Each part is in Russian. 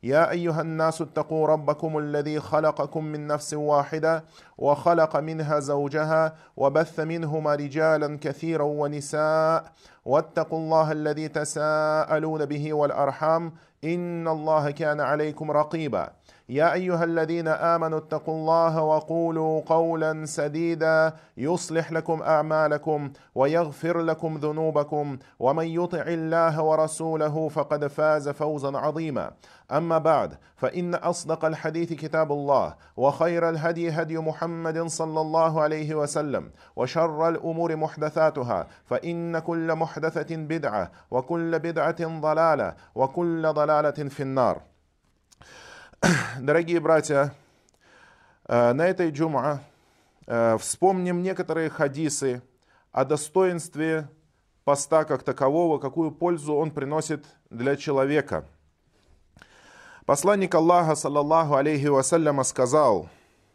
يا أيها الناس اتقوا ربكم الذي خلقكم من نفس واحدة وخلق منها زوجها وبث منهما رجالا كثيرا ونساء واتقوا الله الذي تساءلون به والأرحام إن الله كان عليكم رقيبا يا أيها الذين آمنوا اتقوا الله وقولوا قولا سديدا يصلح لكم أعمالكم ويغفر لكم ذنوبكم ومن يطع الله ورسوله فقد فاز فوزا عظيما أما بعد فإن أصدق الحديث كتاب الله وخير الهدي هدي محمد صلى الله عليه وسلم وشر الأمور محدثاتها فإن كل محدثة بدعة وكل بدعة ضلالة وكل ضلالة في النار. Дорогие братья, на этой джум'а вспомним некоторые хадисы о достоинстве поста как такового, какую пользу он приносит для человека. Посланник Аллаха, саллаллаху алейхи вассаляма, сказал,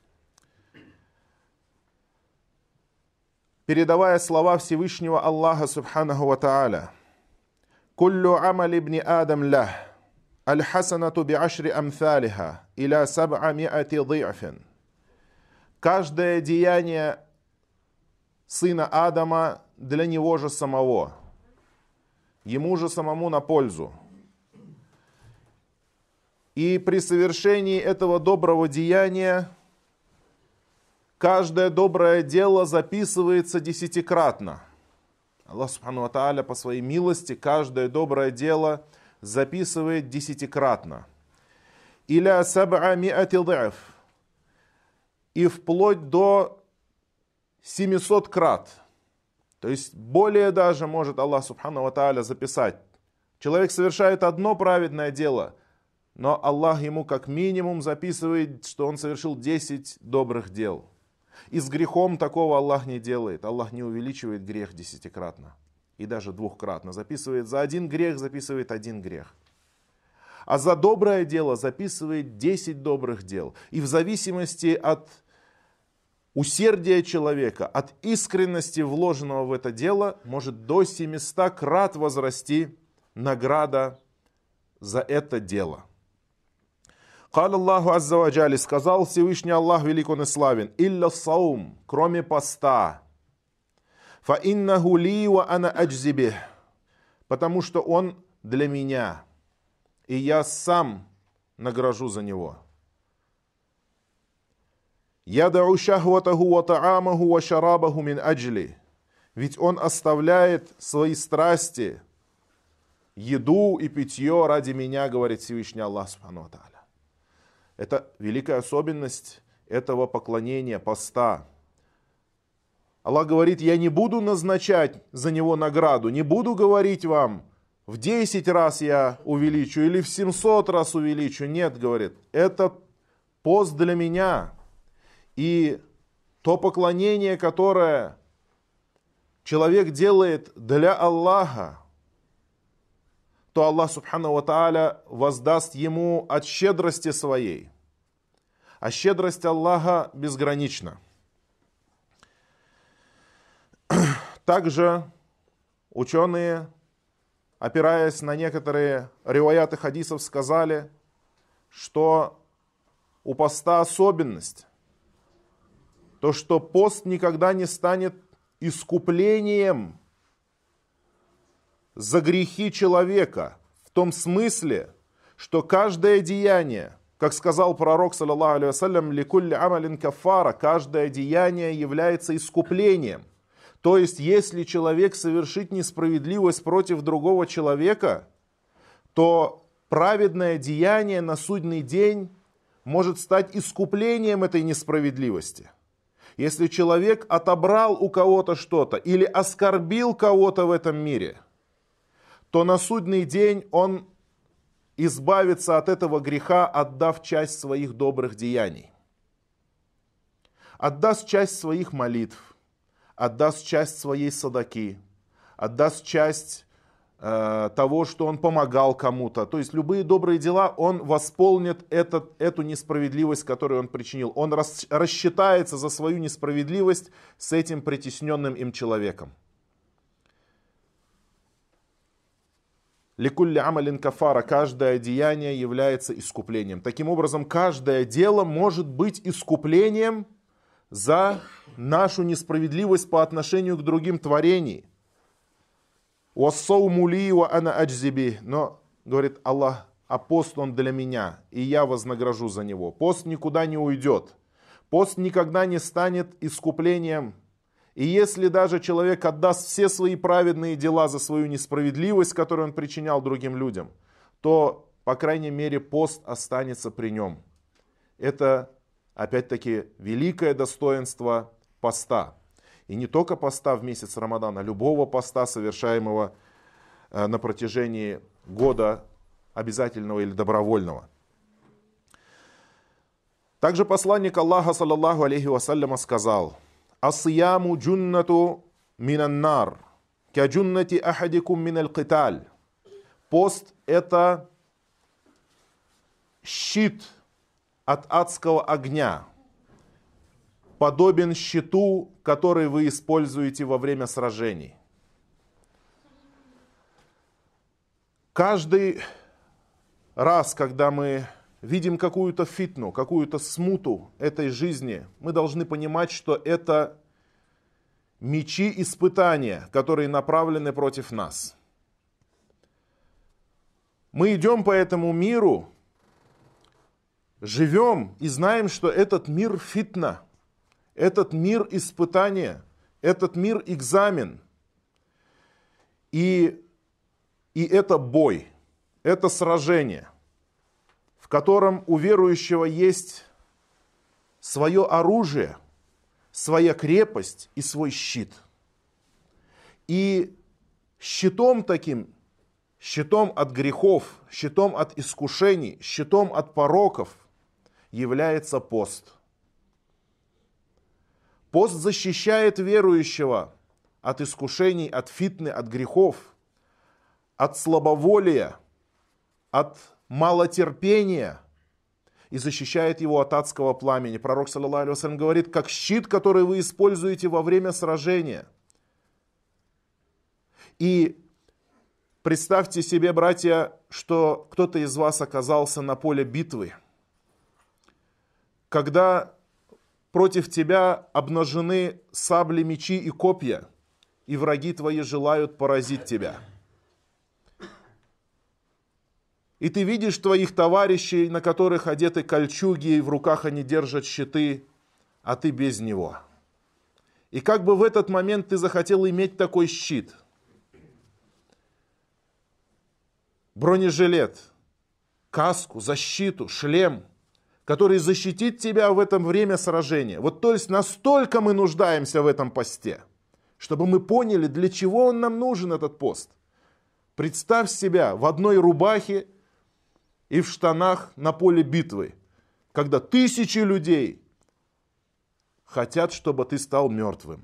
передавая слова Всевышнего Аллаха субханаху ва тааля: «Куллю амали ибни Адам лах, аль-хасанату би'ашри амthалиха, иля саб'а ми'ати ضعфин». Каждое деяние сына Адама для него же самого, ему же самому на пользу. И при совершении этого доброго деяния каждое доброе дело записывается десятикратно. Аллах субхану ва тааля по своей милости каждое доброе дело записывает десятикратно. Иля саб'а ми'ати ضعф, и вплоть до 700 крат. То есть более даже может Аллах субхану ва тааля записать. Человек совершает одно праведное дело, но Аллах ему как минимум записывает, что он совершил 10 добрых дел. И с грехом такого Аллах не делает. Аллах не увеличивает грех десятикратно и даже двухкратно. Записывает за один грех, записывает один грех. А за доброе дело записывает 10 добрых дел. И в зависимости от усердия человека, от искренности вложенного в это дело, может до 700 крат возрасти награда за это дело. Кал Аллаху азза ва джалли, сказал Всевышний Аллах, велик он и славен, илля саум, кроме поста, фа иннаху ли ва ана аджзи бих, потому что он для меня, и я сам награжу за него. Ядау шахватаху ва та'амаху ва шарабаху мин аджли, ведь он оставляет свои страсти, еду и питье ради меня, говорит Всевышний Аллах субхану ва тааля. Это великая особенность этого поклонения, поста. Аллах говорит, я не буду назначать за него награду, не буду говорить вам, в 10 раз я увеличу или в 700 раз увеличу. Нет, говорит, это пост для меня. И то поклонение, которое человек делает для Аллаха, то Аллах субхану ва тааля воздаст ему от щедрости своей. А щедрость Аллаха безгранична. Также ученые, опираясь на некоторые риваяты хадисов, сказали, что у поста особенность. То, что пост никогда не станет искуплением за грехи человека, в том смысле, что каждое деяние, как сказал пророк, саллаллаху алейхи вассалям, ликулли амалин каффара, каждое деяние является искуплением. То есть, если человек совершит несправедливость против другого человека, то праведное деяние на судный день может стать искуплением этой несправедливости. Если человек отобрал у кого-то что-то или оскорбил кого-то в этом мире, то на судный день он избавится от этого греха, отдав часть своих добрых деяний. Отдаст часть своих молитв, отдаст часть своей садаки, отдаст часть того, что он помогал кому-то. То есть любые добрые дела он восполнит эту несправедливость, которую он причинил. Он рассчитается за свою несправедливость с этим притесненным им человеком. Ликулли амалин кафара. Каждое деяние является искуплением. Таким образом, каждое дело может быть искуплением за нашу несправедливость по отношению к другим творениям. «Уассауму ли ва ана аджзиби». Но, говорит Аллах, а пост он для меня, и я вознагражу за него. Пост никуда не уйдет. Пост никогда не станет искуплением. И если даже человек отдаст все свои праведные дела за свою несправедливость, которую он причинял другим людям, то, по крайней мере, пост останется при нем. Это, опять-таки, великое достоинство поста. И не только поста в месяц Рамадана, любого поста, совершаемого на протяжении года, обязательного или добровольного. Также посланник Аллаха, саллаллаху алейхи вассаляма, сказал: «Ас-сияму джуннату минан-нар, ка джуннати ахадикум миналь-киталь». Пост – это щит от адского огня, подобен щиту, который вы используете во время сражений. Каждый раз, когда мы видим какую-то фитну, какую-то смуту этой жизни, мы должны понимать, что это мечи испытания, которые направлены против нас. Мы идем по этому миру, живем и знаем, что этот мир фитна, этот мир испытания, этот мир экзамен. И это бой, это сражение, в котором у верующего есть свое оружие, своя крепость и свой щит. И щитом таким, щитом от грехов, щитом от искушений, щитом от пороков является пост. Пост защищает верующего от искушений, от фитны, от грехов, от слабоволия, от малотерпения и защищает его от адского пламени. Пророк, саллаллаху алейхи вассалям, говорит, как щит, который вы используете во время сражения. И представьте себе, братья, что кто-то из вас оказался на поле битвы, когда против тебя обнажены сабли, мечи и копья, и враги твои желают поразить тебя. И ты видишь твоих товарищей, на которых одеты кольчуги, и в руках они держат щиты, а ты без него. И как бы в этот момент ты захотел иметь такой щит. Бронежилет, каску, защиту, шлем, который защитит тебя в это время сражения. Вот то есть настолько мы нуждаемся в этом посте, чтобы мы поняли, для чего он нам нужен, этот пост. Представь себя в одной рубахе и в штанах на поле битвы, когда тысячи людей хотят, чтобы ты стал мертвым.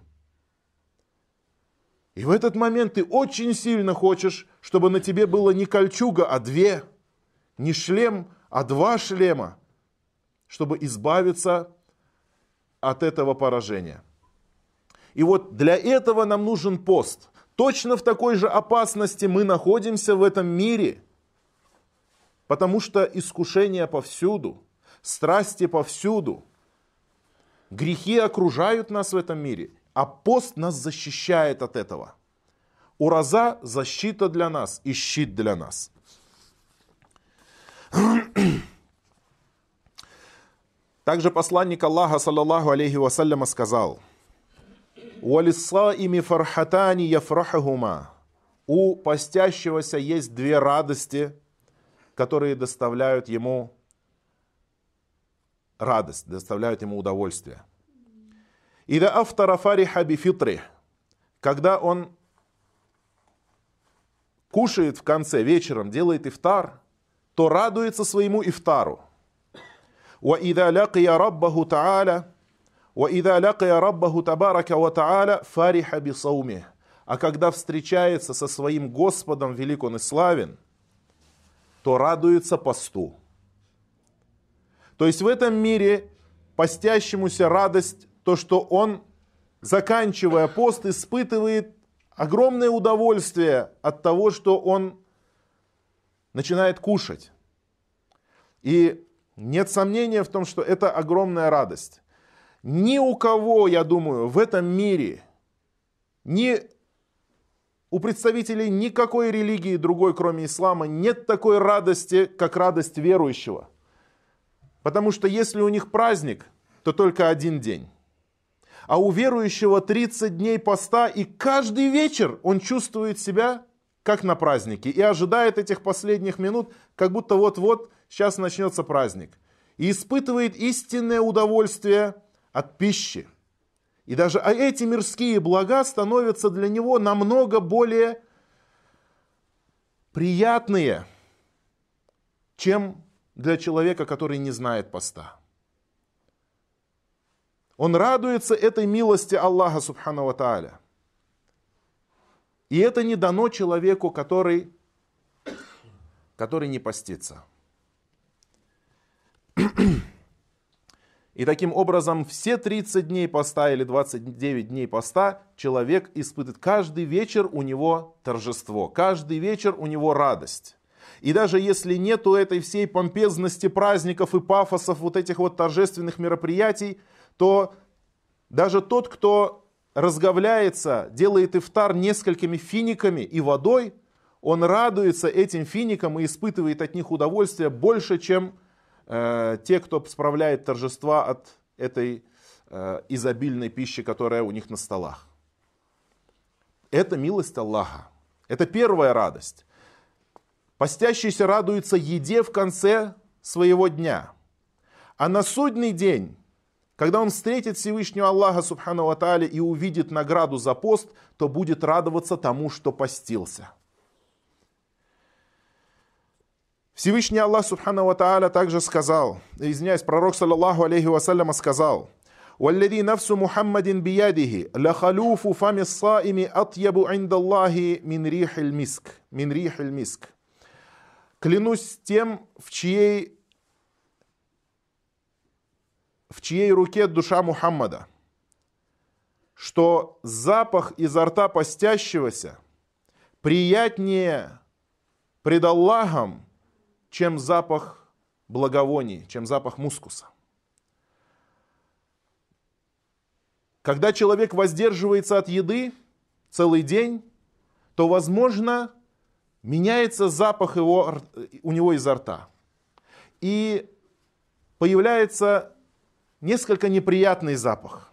И в этот момент ты очень сильно хочешь, чтобы на тебе было не кольчуга, а две, не шлем, а два шлема, чтобы избавиться от этого поражения. И вот для этого нам нужен пост. Точно в такой же опасности мы находимся в этом мире, потому что искушения повсюду, страсти повсюду, грехи окружают нас в этом мире, а пост нас защищает от этого. Ураза – защита для нас и щит для нас. Также посланник Аллаха, саллаллаху алейхи вассаляма, сказал: «Валиссаими фархатани яфрахахума». У постящегося есть две радости, которые доставляют ему радость, доставляют ему удовольствие. «Ида афтара фариха бифитри». Когда он кушает в конце, вечером, делает ифтар, то радуется своему ифтару. وإذا لقي ربه تعالى وإذا لقي ربه تبارك وتعالى فرح بصومه. А когда встречается со своим Господом, велик он и славен, то радуется посту. То есть в этом мире постящемуся радость, то, что он, заканчивая пост, испытывает огромное удовольствие от того, что он начинает кушать. И нет сомнения в том, что это огромная радость. Ни у кого, я думаю, в этом мире, ни у представителей никакой религии другой, кроме ислама, нет такой радости, как радость верующего. Потому что если у них праздник, то только один день. А у верующего 30 дней поста, и каждый вечер он чувствует себя как на празднике. И ожидает этих последних минут, как будто вот-вот сейчас начнется праздник. И испытывает истинное удовольствие от пищи. И даже эти мирские блага становятся для него намного более приятные, чем для человека, который не знает поста. Он радуется этой милости Аллаха Субхану ва Тааля. И это не дано человеку, который не постится. И таким образом все 30 дней поста или 29 дней поста человек испытывает. Каждый вечер у него торжество, каждый вечер у него радость. И даже если нету этой всей помпезности праздников и пафосов, вот этих вот торжественных мероприятий, то даже тот, кто разговляется, делает ифтар несколькими финиками и водой, он радуется этим финикам и испытывает от них удовольствие больше, чем те, кто справляет торжества от этой изобильной пищи, которая у них на столах. Это милость Аллаха. Это первая радость. Постящийся радуется еде в конце своего дня. А на судный день, когда он встретит Всевышнего Аллаха Субхану ва Тааля и увидит награду за пост, то будет радоваться тому, что постился. Всевышний Аллах Субхану ва Тааля также сказал, пророк саллаллаху алейхи вассаляма сказал: «Валлади нафсу Мухаммадин биядихи, лахалуфу фами ссаими атьябу индаллахи мин рихиль миск». Клянусь тем, в чьей руке душа Мухаммада, что запах изо рта постящегося приятнее пред Аллахом, чем запах благовоний, чем запах мускуса. Когда человек воздерживается от еды целый день, то, возможно, меняется запах у него изо рта. И появляется несколько неприятный запах.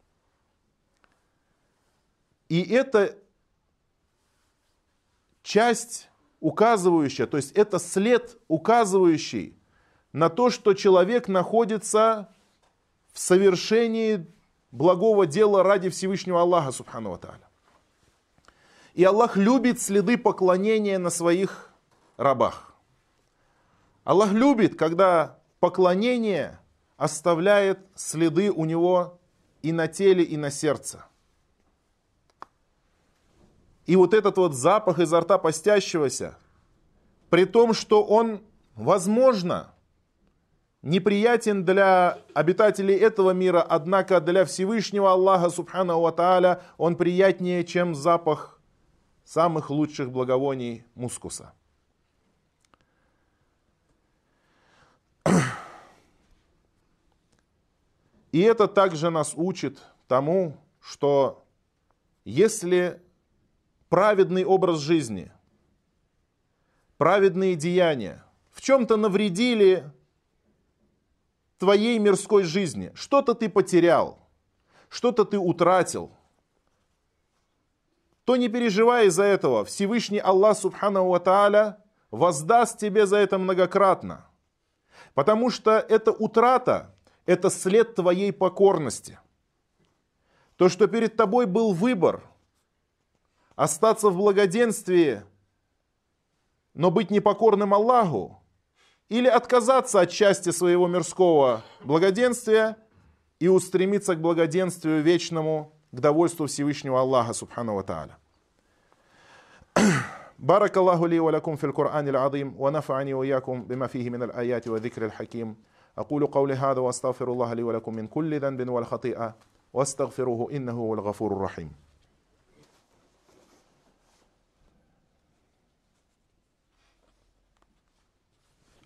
И это часть указывающая, то есть это след, указывающий на то, что человек находится в совершении благого дела ради Всевышнего Аллаха Субхану ва Тааля. И Аллах любит следы поклонения на своих рабах. Аллах любит, когда поклонение оставляет следы у него и на теле, и на сердце. И вот этот вот запах изо рта постящегося, при том, что он, возможно, неприятен для обитателей этого мира, однако для Всевышнего Аллаха Субхану ва Тааля он приятнее, чем запах самых лучших благовоний мускуса. И это также нас учит тому, что если праведный образ жизни, праведные деяния в чем-то навредили твоей мирской жизни, что-то ты потерял, что-то ты утратил, то не переживай из-за этого. Всевышний Аллах Субхану ва Тааля воздаст тебе за это многократно. Потому что эта утрата, это след твоей покорности. То, что перед тобой был выбор остаться в благоденствии, но быть непокорным Аллаху, или отказаться от части своего мирского благоденствия и устремиться к благоденствию вечному, к довольству Всевышнего Аллаха Субхану ва Тааля. بارك الله لي ولكم في القرآن العظيم ونفعني وإياكم بما فيه من الآيات والذكر الحكيم أقول قولي هذا وأستغفر الله لي ولكم من كل ذنب والخطيئة واستغفروه إنه هو الغفور الرحيم.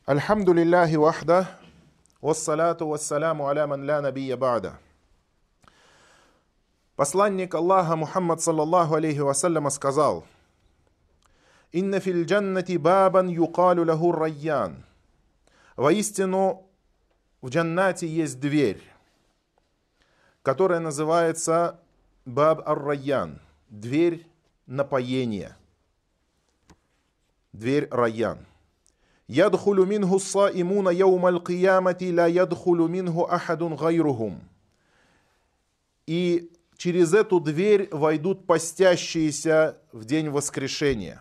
Альхамдулиллахи вахда, вассалату вассаляму аля ман ля набия ба'да. Посланник Аллаха Мухаммад саллаллаху алейхи вассаляма сказал: «Инна фил джаннати бабан юкалю лаху райян». Воистину, в джаннате есть дверь, которая называется баб ар-райян, дверь напоения, дверь райян. «Ядхулю минху ссаимуна яумал киямати ла ядхулю минху ахадун гайрухум». И через эту дверь войдут постящиеся в день воскрешения.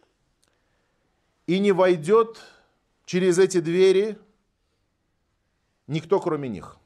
И не войдет через эти двери никто, кроме них.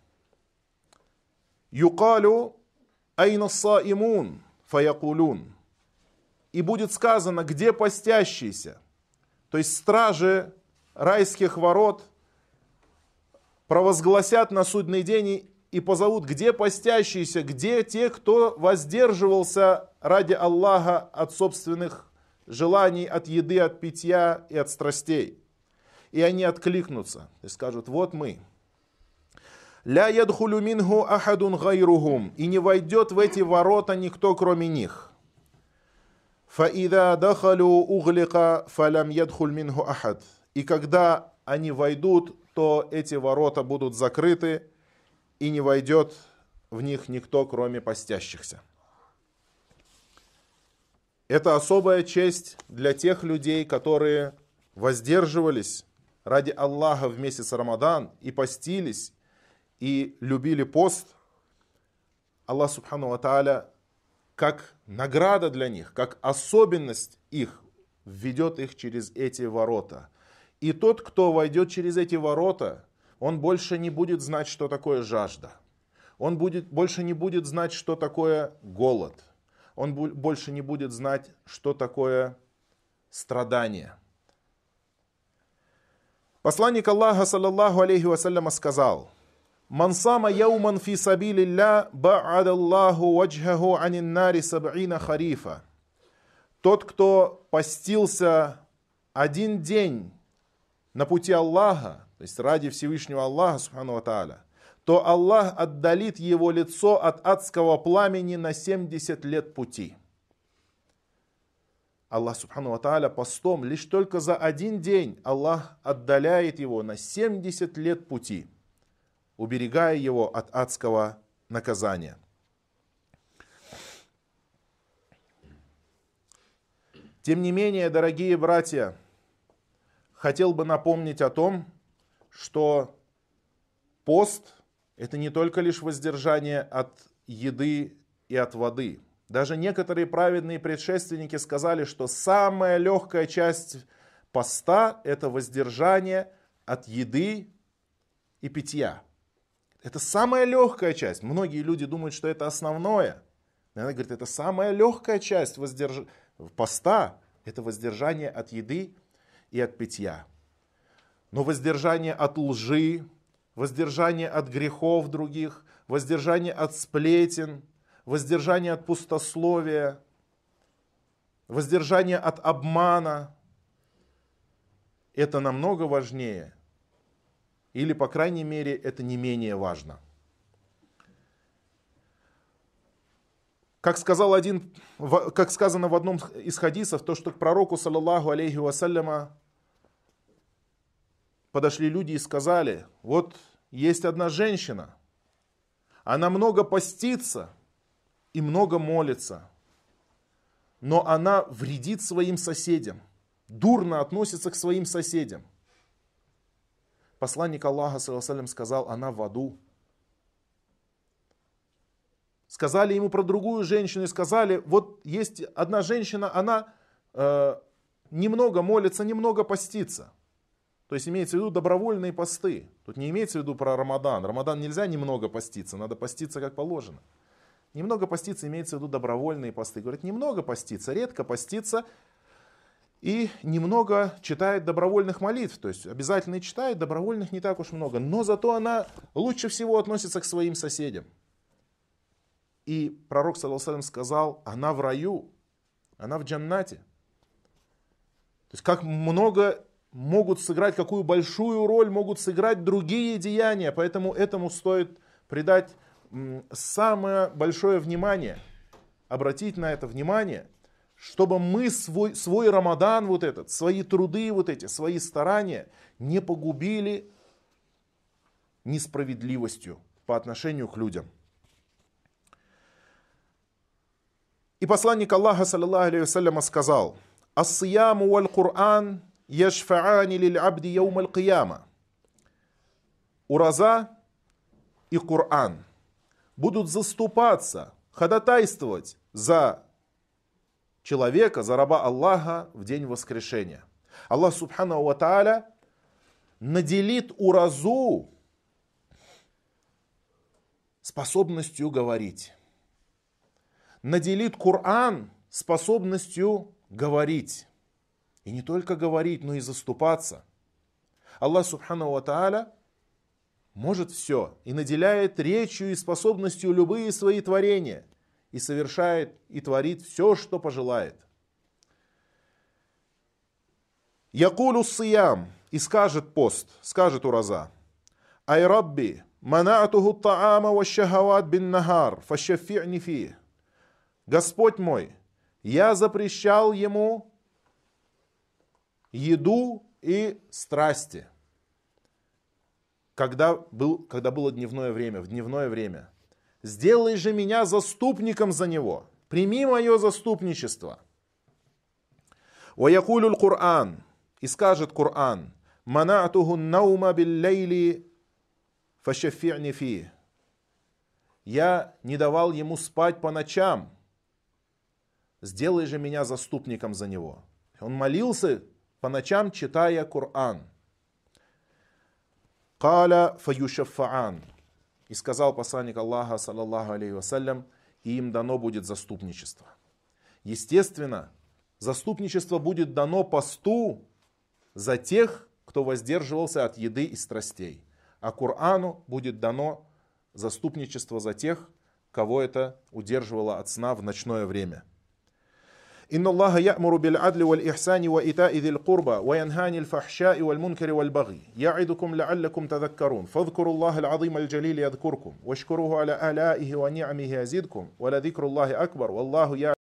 «Юкалю айна ссаимун фаякулун». И будет сказано, где постящиеся. То есть стражи райских ворот провозгласят на судный день и позовут, где постящиеся, где те, кто воздерживался ради Аллаха от собственных желаний, от еды, от питья и от страстей. И они откликнутся и скажут: вот мы. «Ля ядхулю минху ахадун гайрухум». И не войдет в эти ворота никто, кроме них. «Фаида дахалю углика фалям ядхуль минху ахад». И когда они войдут, то эти ворота будут закрыты, и не войдет в них никто, кроме постящихся. Это особая честь для тех людей, которые воздерживались ради Аллаха в месяц Рамадан и постились, и любили пост. Аллах Субхану ва Тааля как награда для них, как особенность их, введет их через эти ворота. И тот, кто войдет через эти ворота, он больше не будет знать, что такое жажда. Он больше не будет знать, что такое голод. Он больше не будет знать, что такое страдание. Посланник Аллаха, саллаллаху алейхи вассаляма, сказал: «Ман сама яуман фи сабилилля ба'адаллаху ваджхаху анин нари саб'ина харифа». Тот, кто постился один день на пути Аллаха, то есть ради Всевышнего Аллаха, субхану ва тааля, то Аллах отдалит его лицо от адского пламени на 70 лет пути. Аллах, субхану ва тааля, постом лишь только за один день Аллах отдаляет его на 70 лет пути, уберегая его от адского наказания. Тем не менее, дорогие братья, хотел бы напомнить о том, что пост – это не только лишь воздержание от еды и от воды. Даже некоторые праведные предшественники сказали, что самая легкая часть поста – это воздержание от еды и питья. Это самая легкая часть. Многие люди думают, что это основное. Она говорит, это самая легкая часть поста – это воздержание от еды и от питья. Но воздержание от лжи, воздержание от грехов других, воздержание от сплетен, воздержание от пустословия, воздержание от обмана – это намного важнее. Или, по крайней мере, это не менее важно. Как сказано в одном из хадисов, то, что к пророку, саллаллаху алейхи вассаляма, подошли люди и сказали: вот есть одна женщина, она много постится и много молится, но она вредит своим соседям, дурно относится к своим соседям. Посланник Аллаха, саллаллаху алейхи вассалям, сказал: она в аду. Сказали ему про другую женщину и сказали: вот есть одна женщина, она немного молится, немного постится. То есть имеется в виду добровольные посты. Тут не имеется в виду про Рамадан. Рамадан нельзя немного поститься, надо поститься как положено. Немного поститься имеется в виду добровольные посты. Говорят, немного поститься, редко поститься и немного читает добровольных молитв. То есть обязательно читает, добровольных не так уж много. Но зато она лучше всего относится к своим соседям. И пророк, саллаллаху алейхи ва саллям, сказал: она в раю, она в джаннате. То есть как много могут сыграть, какую большую роль могут сыграть другие деяния. Поэтому этому стоит придать самое большое внимание, обратить на это внимание, чтобы мы свой Рамадан вот этот, свои труды вот эти, свои старания не погубили несправедливостью по отношению к людям. И посланник Аллаха, саллаллаху алейхи вассаляма, сказал: «Ас-сияму валь-Кур'ан яшфа'ани лиль-абди яум аль-кияма». Ураза и Кур'ан будут заступаться, ходатайствовать за человека, за раба Аллаха в день воскрешения. Аллах субханаху ва тааля наделит уразу способностью говорить. Наделит Коран способностью говорить. И не только говорить, но и заступаться. Аллах субханаху ва тааля может все и наделяет речью и способностью любые свои творения. И совершает и творит все, что пожелает. Якулу сиям, и скажет пост, скажет ураза: «Ай Рабби, мана'туху та'ама ва шахават бин нахар, фашаффи'ни фи». Господь мой, я запрещал ему еду и страсти, когда было дневное время, в дневное время. Сделай же меня заступником за него. Прими мое заступничество. Ваякулю Кур'ан, и скажет Кур'ан: «Мана'туху наума билляйли фашаффи'ни фи». Я не давал ему спать по ночам. Сделай же меня заступником за него. Он молился по ночам, читая Кур'ан. «Каля фаюшаффа'ан». И сказал посланник Аллаха, саллаллаху алейхи вассалям, и им дано будет заступничество. Естественно, заступничество будет дано посту за тех, кто воздерживался от еды и страстей. А Кур'ану будет дано заступничество за тех, кого это удерживало от сна в ночное время. «Инна Аллаха я'муру биль-адли валь-ихсани ва ита'i зил курба ва янхани аль-фахша'i валь-мункари валь-баги. Я'идукум ла'аллакум тадаккарун. Фадhкуру Аллаха аль-азим аль-джалили ядhкуркум. Вашкуруhu аля алаихи ва ни'амихи азидкум. Ва ла зикру Аллахи акбар. Валлаху